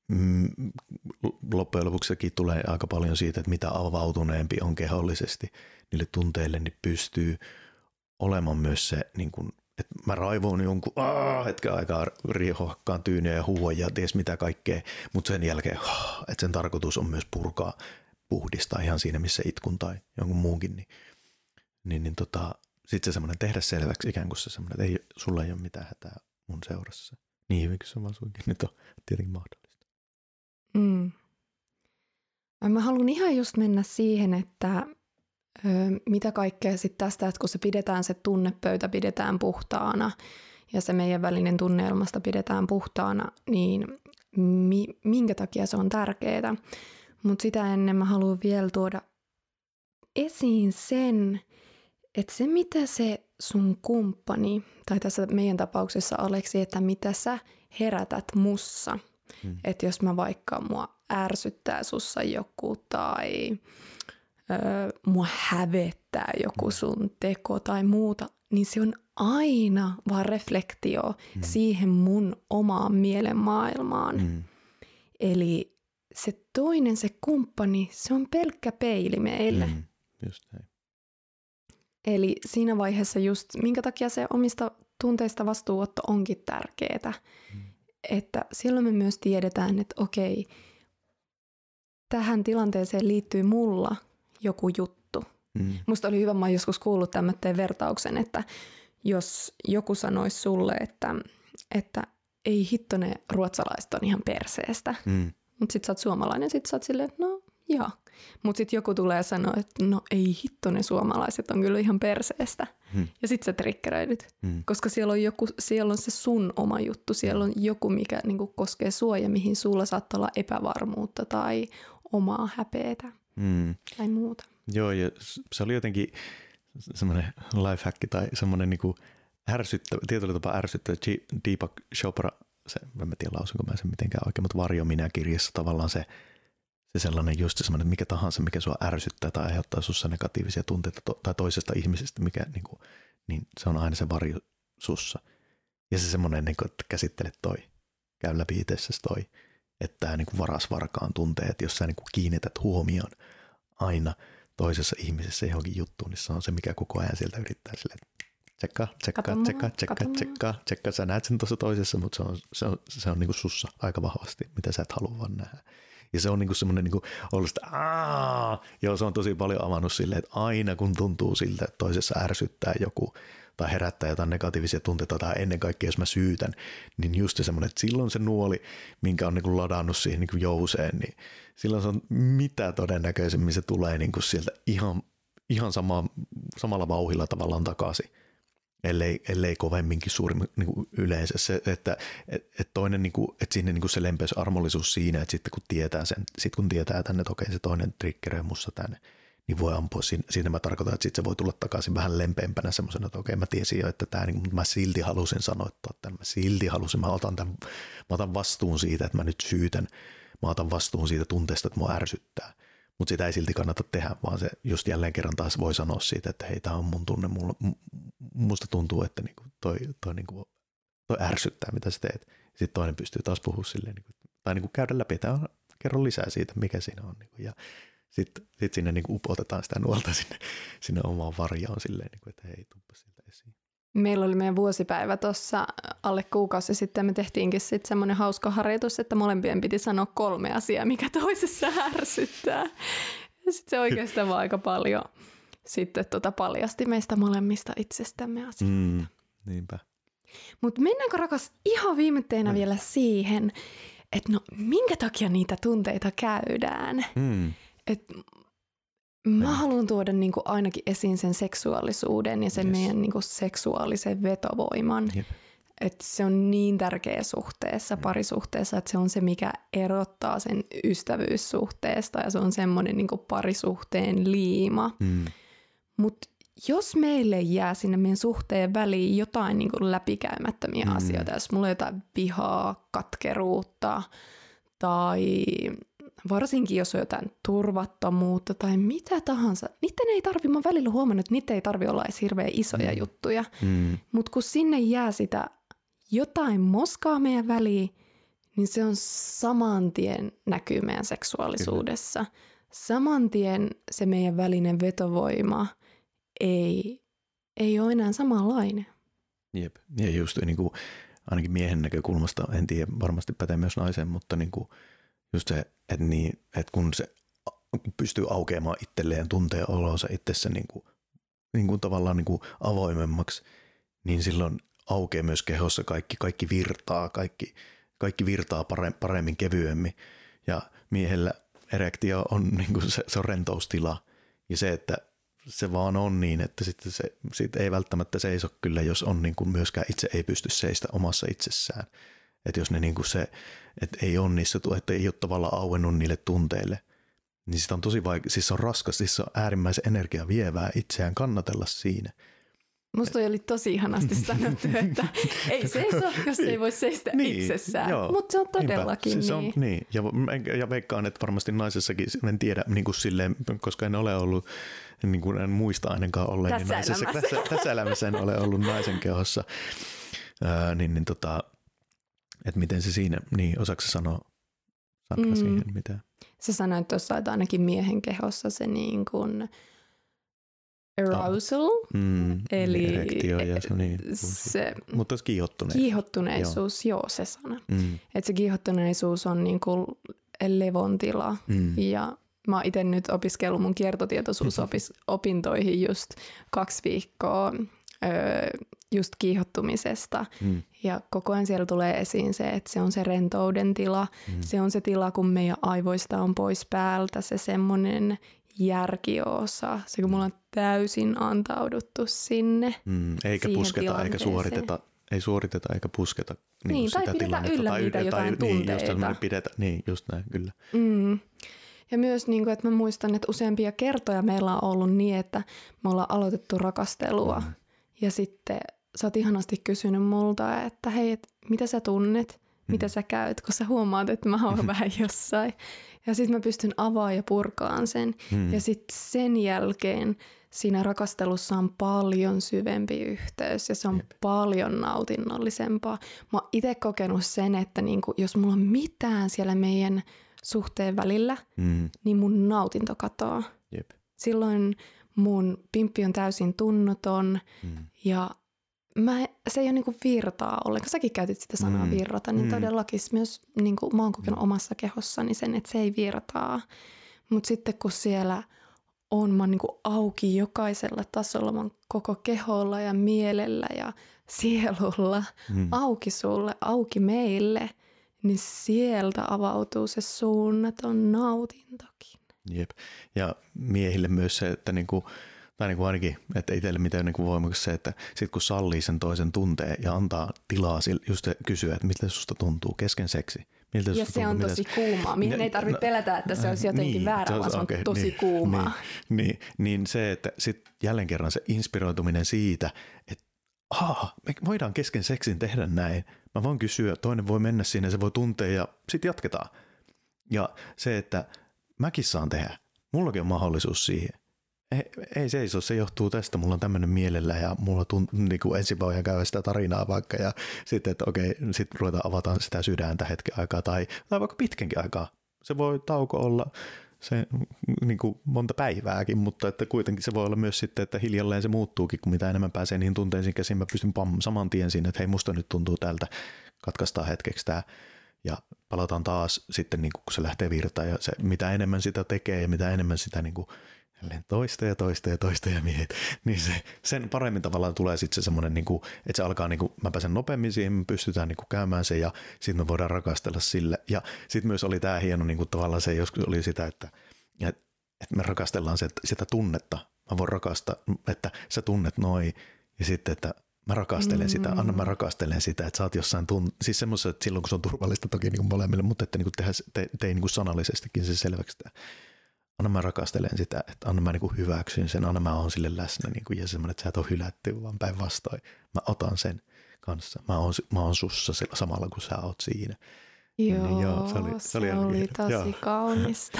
loppujen lopuksi sekin tulee aika paljon siitä, että mitä avautuneempi on kehollisesti niille tunteille, niin pystyy olemaan myös se, niin kuin, että mä raivoon jonkun hetken aikaa riehohakkaan tyyniä ja huuan ja ties mitä kaikkea, mutta sen jälkeen, että sen tarkoitus on myös purkaa, puhdistaa ihan siinä, missä itkun tai jonkun muunkin, niin sitten se semmoinen tehdä selväksi ikään kuin se semmoinen, että ei, sulla ei ole mitään hätää mun seurassa. Niin hyvin kuin se vaan suinkin nyt on tietenkin mahdollista. Mä haluan ihan just mennä siihen, että mitä kaikkea sitten tästä, että kun se pidetään se tunnepöytä pidetään puhtaana ja se meidän välinen tunneilmasta pidetään puhtaana, niin minkä takia se on tärkeää. Mutta sitä ennen mä haluan vielä tuoda esiin sen, että se mitä se sun kumppani, tai tässä meidän tapauksessa Aleksi, että mitä sä herätät mussa. Että jos mä vaikka mua ärsyttää sussa joku tai mua hävettää joku sun teko tai muuta, niin se on aina vaan reflektio siihen mun omaan mielenmaailmaan. Eli se toinen, se kumppani, se on pelkkä peili meille. Just näin. Eli siinä vaiheessa just, minkä takia se omista tunteista vastuuotto onkin tärkeää. Että silloin me myös tiedetään, että okei, tähän tilanteeseen liittyy mulla joku juttu. Musta oli hyvä, mä oon joskus kuullut tämmöisen vertauksen, että jos joku sanoisi sulle, että ei hitto, ne ruotsalaiset on ihan perseestä. Mutta sit sä oot suomalainen, sit sä oot silleen, että no joo. Mutta sit joku tulee sanoa, että no ei hitto, ne suomalaiset on kyllä ihan perseestä. Ja sit sä triggeröidyt, koska siellä on se sun oma juttu. Siellä on joku, mikä niinku koskee sua ja mihin sulla saattaa olla epävarmuutta tai omaa häpeetä tai muuta. Joo, ja se oli jotenkin semmoinen lifehack tai semmoinen niinku tietyllä tapaa ärsyttävä Deepak Chopra, en tiedä lausunko mä sen mitenkään oikein, mutta Varjo minä-kirjassa tavallaan se sellainen just semmoinen, että mikä tahansa, mikä sua ärsyttää tai aiheuttaa sussa negatiivisia tunteita tai toisesta ihmisestä, mikä niin se on aina se varjo sussa. Ja se semmoinen, että käsittelet käy läpi itsessäsi että tämä varas varkaan tunteet, jos sä kiinnität huomioon aina toisessa ihmisessä johonkin juttuun, niin se on se, mikä koko ajan sieltä yrittää silleen, tsekkaa. Sä näet sen tuossa toisessa, mutta se on sussa aika vahvasti, mitä sä et halua vaan nähdä. Ja se on semmoinen ollut sitä, joo, se on tosi paljon avannut silleen, että aina kun tuntuu siltä, että toisessa ärsyttää joku tai herättää jotain negatiivisia tunteita tai ennen kaikkea jos mä syytän, niin just semmoinen, että silloin se nuoli, minkä on niin kuin ladannut siihen niin kuin jouseen, niin silloin se on mitä todennäköisemmin se tulee niin kuin sieltä ihan samalla vauhilla tavallaan takaisin. Ellei kovemminkin suuri niin kuin yleensä. Se, että toinen, niin kuin, että siinä niin kuin se lempeys, armollisuus siinä, että sitten kun tietää tänne, että okei se toinen triggeröi musta tänne, niin voi ampua. Siinä mä tarkoitan, että sitten se voi tulla takaisin vähän lempeämpänä semmoisena, että okei mä tiesin jo, että tämä, mutta mä silti halusin sanoittaa tämän. Mä otan vastuun siitä, että mä nyt syytän. Mä otan vastuun siitä tunteesta, että mua ärsyttää. Mutta sitä ei silti kannata tehdä, vaan se just jälleen kerran taas voi sanoa siitä, että hei, tämä on mun tunne. Musta tuntuu, että niinku toi ärsyttää, mitä sä teet. Sitten toinen pystyy taas puhumaan silleen, tai käydä läpi, että kerro lisää siitä, mikä siinä on. Ja sitten sinne upotetaan sitä nuolta sinne omaan varjoon silleen, että hei, tuppa siltä esiin. Meillä oli meidän vuosipäivä tuossa alle kuukausi sitten. Me tehtiinkin sitten semmoinen hauska harjoitus, että molempien piti sanoa 3 asiaa, mikä toisessa ärsyttää. Ja sitten se oikeastaan vaan aika paljon sitten paljasti meistä molemmista itsestämme asioita. Niinpä. Mutta mennäänkö rakas ihan viimetteenä vielä siihen, että no minkä takia niitä tunteita käydään? Mä haluan tuoda niinku ainakin esiin sen seksuaalisuuden ja sen meidän niinku seksuaalisen vetovoiman. Että se on niin tärkeä suhteessa, parisuhteessa, että se on se, mikä erottaa sen ystävyyssuhteesta ja se on semmoinen niinku parisuhteen liima. Mutta jos meille jää sinne meidän suhteen väliin jotain niinku läpikäymättömiä asioita, jos mulla on jotain vihaa, katkeruutta tai varsinkin jos on jotain turvattomuutta tai mitä tahansa, niiden ei tarvitse, mä välillä huomannut, että niitä ei tarvitse olla edes hirveän isoja juttuja, mutta kun sinne jää sitä jotain moskaa meidän väliin, niin se on saman tien näkyy meidän seksuaalisuudessa. Saman tien se meidän välinen vetovoima ei ole enää samanlainen. Jep, ja just niin kuin, ainakin miehen näkökulmasta, en tiedä, varmasti pätee myös naisen, mutta niin kuin, just se, että kun se pystyy aukeamaan itselleen, tuntee olonsa itsessä niin kuin tavallaan niin kuin avoimemmaksi, niin silloin aukeaa myös kehossa kaikki virtaa, kaikki virtaa paremmin, kevyemmin. Ja miehellä erektio on, niin kuin se on rentoustila. Ja se, että se vaan on niin, että sitten ei välttämättä seiso kyllä, jos on niin kuin myöskään itse ei pysty seistä omassa itsessään. Että jos ne niin kuin se, että ei onnistu, että ei ole tavallaan auennut niille tunteille, niin sitä on tosi vaikea, siis se on raskas, siis se on äärimmäisen energiaa vievää itseään kannatella siinä. Musta oli tosi ihanasti sanottu, että ei seiso, jos ei voi seistä itsessään, mutta se on todellakin siis niin. Niin. Ja veikkaan, että varmasti naisessakin, en tiedä niin kuin silleen, koska en ole ollut, niin kuin en muista ainakaan olleen naisessa. Tässä elämässä en ole ollut naisen kehossa, että miten se siinä, niin osaatko sanoa Sandra siihen mitä? Sä sanoit tuossa, että ainakin miehen kehossa se niin kuin arousal, eli erektio ja se, mutta kiihottuneisuus, joo se sana. Että se kiihottuneisuus on niin kuin levon tila ja mä oon itse nyt opiskellut mun kiertotietoisuusopintoihin just 2 viikkoa just kiihottumisesta ja koko ajan siellä tulee esiin se, että se on se rentouden tila, se on se tila, kun meidän aivoista on pois päältä se semmoinen järkiosa, se kun mulla on täysin antauduttu sinne. Eikä pusketa, eikä suoriteta, ei suoriteta eikä pusketa niin tai pidetä tilannetta, yllä niitä jotain tunteita. Niin, just näin, kyllä. Ja myös, niin kuin, että mä muistan, että useampia kertoja meillä on ollut niin, että me ollaan aloitettu rakastelua ja sitten sä oot ihanasti kysynyt multa, että hei, et mitä sä tunnet, mitä sä käyt, kun sä huomaat, että mä oon vähän jossain. Ja sitten mä pystyn avaamaan ja purkaan sen. Ja sitten sen jälkeen siinä rakastelussa on paljon syvempi yhteys ja se on paljon nautinnollisempaa. Mä oon itse kokenut sen, että niinku, jos mulla on mitään siellä meidän suhteen välillä, niin mun nautinto katoaa. Silloin mun pimppi on täysin tunnoton ja se ei ole niinku virtaa ollenkaan. Säkin käytit sitä sanaa virrata, niin todellakin myös niinku, mä oon kokenut omassa kehossani sen, että se ei virtaa. Mutta sitten kun siellä mä oon niin kuin auki jokaisella tasolla, mä oon koko keholla ja mielellä ja sielulla, auki sulle, auki meille, niin sieltä avautuu se suunnaton nautintokin. Jep. Ja miehille myös se, että niinku, tai niinku ainakin, että itselle miten niinku voimakas se, että sit kun sallii sen toisen tunteen ja antaa tilaa just kysyä, että miltä susta tuntuu kesken seksi. Miltä ja se on tosi kuumaa. Mihin ei tarvitse pelätä, että se olisi jotenkin väärä, vaan se on tosi kuumaa. Niin se, että sitten jälleen kerran se inspiroituminen siitä, että me voidaan kesken seksin tehdä näin. Mä voin kysyä, toinen voi mennä sinne, se voi tuntea ja sitten jatketaan. Ja se, että mäkin saan tehdä. Mullakin on mahdollisuus siihen. Ei seiso, se johtuu tästä. Mulla on tämmöinen mielellä ja mulla niin ensin voi käydä sitä tarinaa vaikka ja sitten, että okei, sitten ruvetaan avataan sitä sydäntä hetken aikaa tai vaikka pitkänkin aikaa. Se voi tauko olla se niin kuin monta päivääkin, mutta että kuitenkin se voi olla myös sitten, että hiljalleen se muuttuukin, kun mitä enemmän pääsee niihin tunteisiin käsiin, mä pystyn saman tien siinä, että hei, musta nyt tuntuu tältä, katkaistaan hetkeksi tämä ja palataan taas sitten, niin kun se lähtee virtaan ja se, mitä enemmän sitä tekee ja mitä enemmän sitä niin kuin toista ja miehet, niin sen paremmin tavallaan tulee sitten se semmoinen, niin kuin, että se alkaa, niin kuin, mä pääsen nopeammin siihen, me pystytään niin kuin käymään se ja sitten me voidaan rakastella sille. Ja sitten myös oli tämä hieno niin kuin, tavallaan se joskus oli sitä, että me rakastellaan sitä tunnetta. Mä voin rakastaa, että sä tunnet noin ja sitten, että mä rakastelen sitä, mä rakastelen sitä, että sä oot jossain siis semmoisessa, että silloin kun se on turvallista toki niin kuin molemmille, mutta että niin kuin tein niin kuin sanallisestikin se selväksi tämä. Anna mä rakastelen sitä, että anna mä niin kuin hyväksyn sen, anna mä oon sille läsnä niin kuin, ja semmoinen, että sä et ole hylätty, vaan päinvastoin. Mä otan sen kanssa. Mä oon sussa samalla, kun sä oot siinä. Joo, se oli tosi kaunista.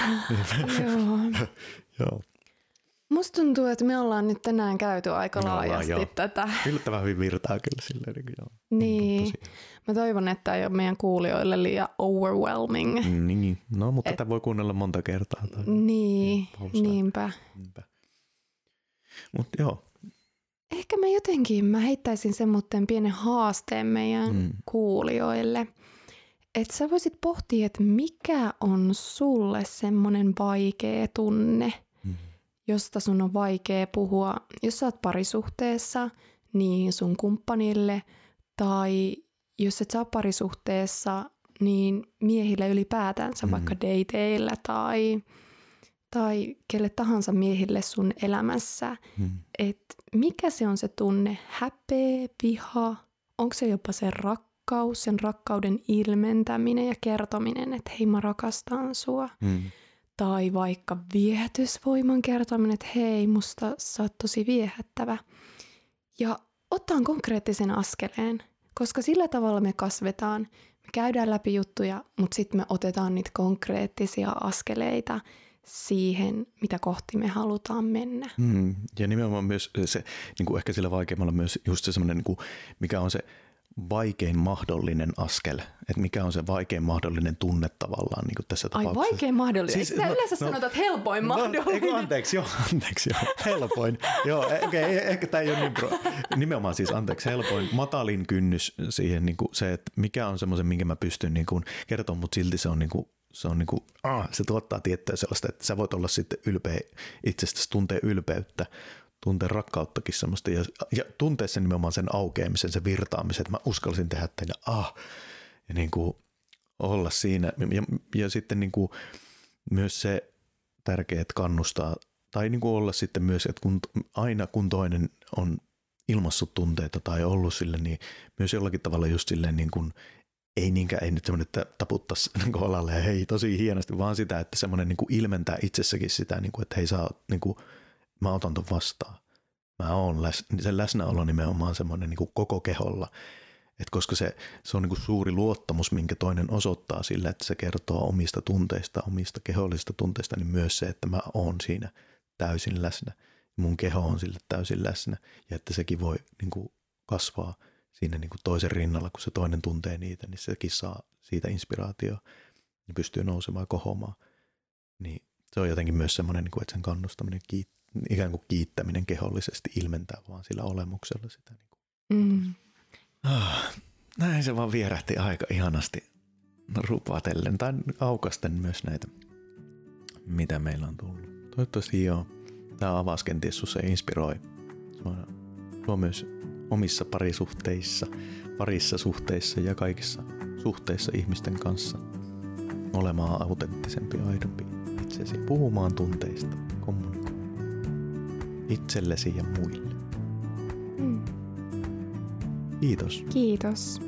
Joo. Musta tuntuu, että me ollaan nyt tänään käyty aika laajasti tätä. Yllättävän hyvin virtaa kyllä silleen. Niin. Mä toivon, että ei ole meidän kuulijoille liian overwhelming. Niin. No, mutta tätä voi kuunnella monta kertaa. Niin, niinpä. Mutta joo. Ehkä mä heittäisin semmoinen pienen haasteen meidän kuulijoille. Että sä voisit pohtia, että mikä on sulle semmoinen vaikea tunne, josta sun on vaikea puhua, jos sä oot parisuhteessa, niin sun kumppanille, tai jos et sä oot parisuhteessa, niin miehille ylipäätänsä, vaikka dateilla tai kelle tahansa miehille sun elämässä. Että mikä se on se tunne, häpeä, viha, onko se jopa se rakkaus, sen rakkauden ilmentäminen ja kertominen, että hei mä rakastan sua. Tai vaikka viehätysvoiman kertominen, että hei, musta sä oot tosi viehättävä. Ja ottaa konkreettisen askeleen, koska sillä tavalla me kasvetaan. Me käydään läpi juttuja, mutta sitten me otetaan niitä konkreettisia askeleita siihen, mitä kohti me halutaan mennä. Ja nimenomaan myös se, niin kuin ehkä sillä vaikeimmalla myös just se semmoinen, niin kuin, mikä on se vaikein mahdollinen askel, että mikä on se vaikein mahdollinen tunne tavallaan niin kuin tässä tapauksessa. Ai vaikein mahdollinen? Siis, yleensä sanotaan, että helpoin mahdollinen. Anteeksi, helpoin. Joo, ehkä tämä ei ole niin nimenomaan siis helpoin, matalin kynnys siihen niin kuin se, että mikä on semmoisen, minkä mä pystyn niin kuin kertomaan, mutta silti se on niin kuin se tuottaa tiettyä sellaista, että sä voit olla sitten ylpeä itsestäsi, tuntee ylpeyttä, tuntee rakkauttakin semmoista ja tuntee sen nimenomaan sen aukeamisen, sen virtaamisen, että mä uskalsin tehdä tämän ja niin kuin olla siinä ja sitten niin kuin myös se tärkeää, että kannustaa tai niin kuin olla sitten myös, että aina kun toinen on ilmaissut tunteita tai ollut sille, niin myös jollakin tavalla just silleen niin kuin ei nyt semmoinen, että taputtaisi niin olalle ja hei tosi hienosti, vaan sitä, että semmoinen niin kuin ilmentää itsessäkin sitä, niin kuin, että hei niin kuin, mä otan ton vastaan. Mä oon sen läsnäolo nimenomaan semmoinen niin kuin koko keholla, että koska se on niin kuin suuri luottamus, minkä toinen osoittaa sillä, että se kertoo omista tunteista, omista kehollisista tunteista, niin myös se, että mä oon siinä täysin läsnä. Mun keho on sille täysin läsnä ja että sekin voi niin kuin kasvaa siinä niin kuin toisen rinnalla, kun se toinen tuntee niitä, niin sekin saa siitä inspiraatioa ja pystyy nousemaan ja kohoamaan. Niin se on jotenkin myös semmoinen, niin kuin, että sen kannustaminen, ikään kuin kiittäminen kehollisesti ilmentää vaan sillä olemuksella sitä. Niin kuin. Näin se vaan vierähti aika ihanasti rupatellen tai aukasten myös näitä, mitä meillä on tullut. Toivottavasti joo. tämä avasi kenties sussa ja inspiroi sua myös omissa parissa suhteissa ja kaikissa suhteissa ihmisten kanssa olemaan autenttisempi, aidompi itsesi, puhumaan tunteista, kommunikoimaan itsellesi ja muille. Kiitos. Kiitos.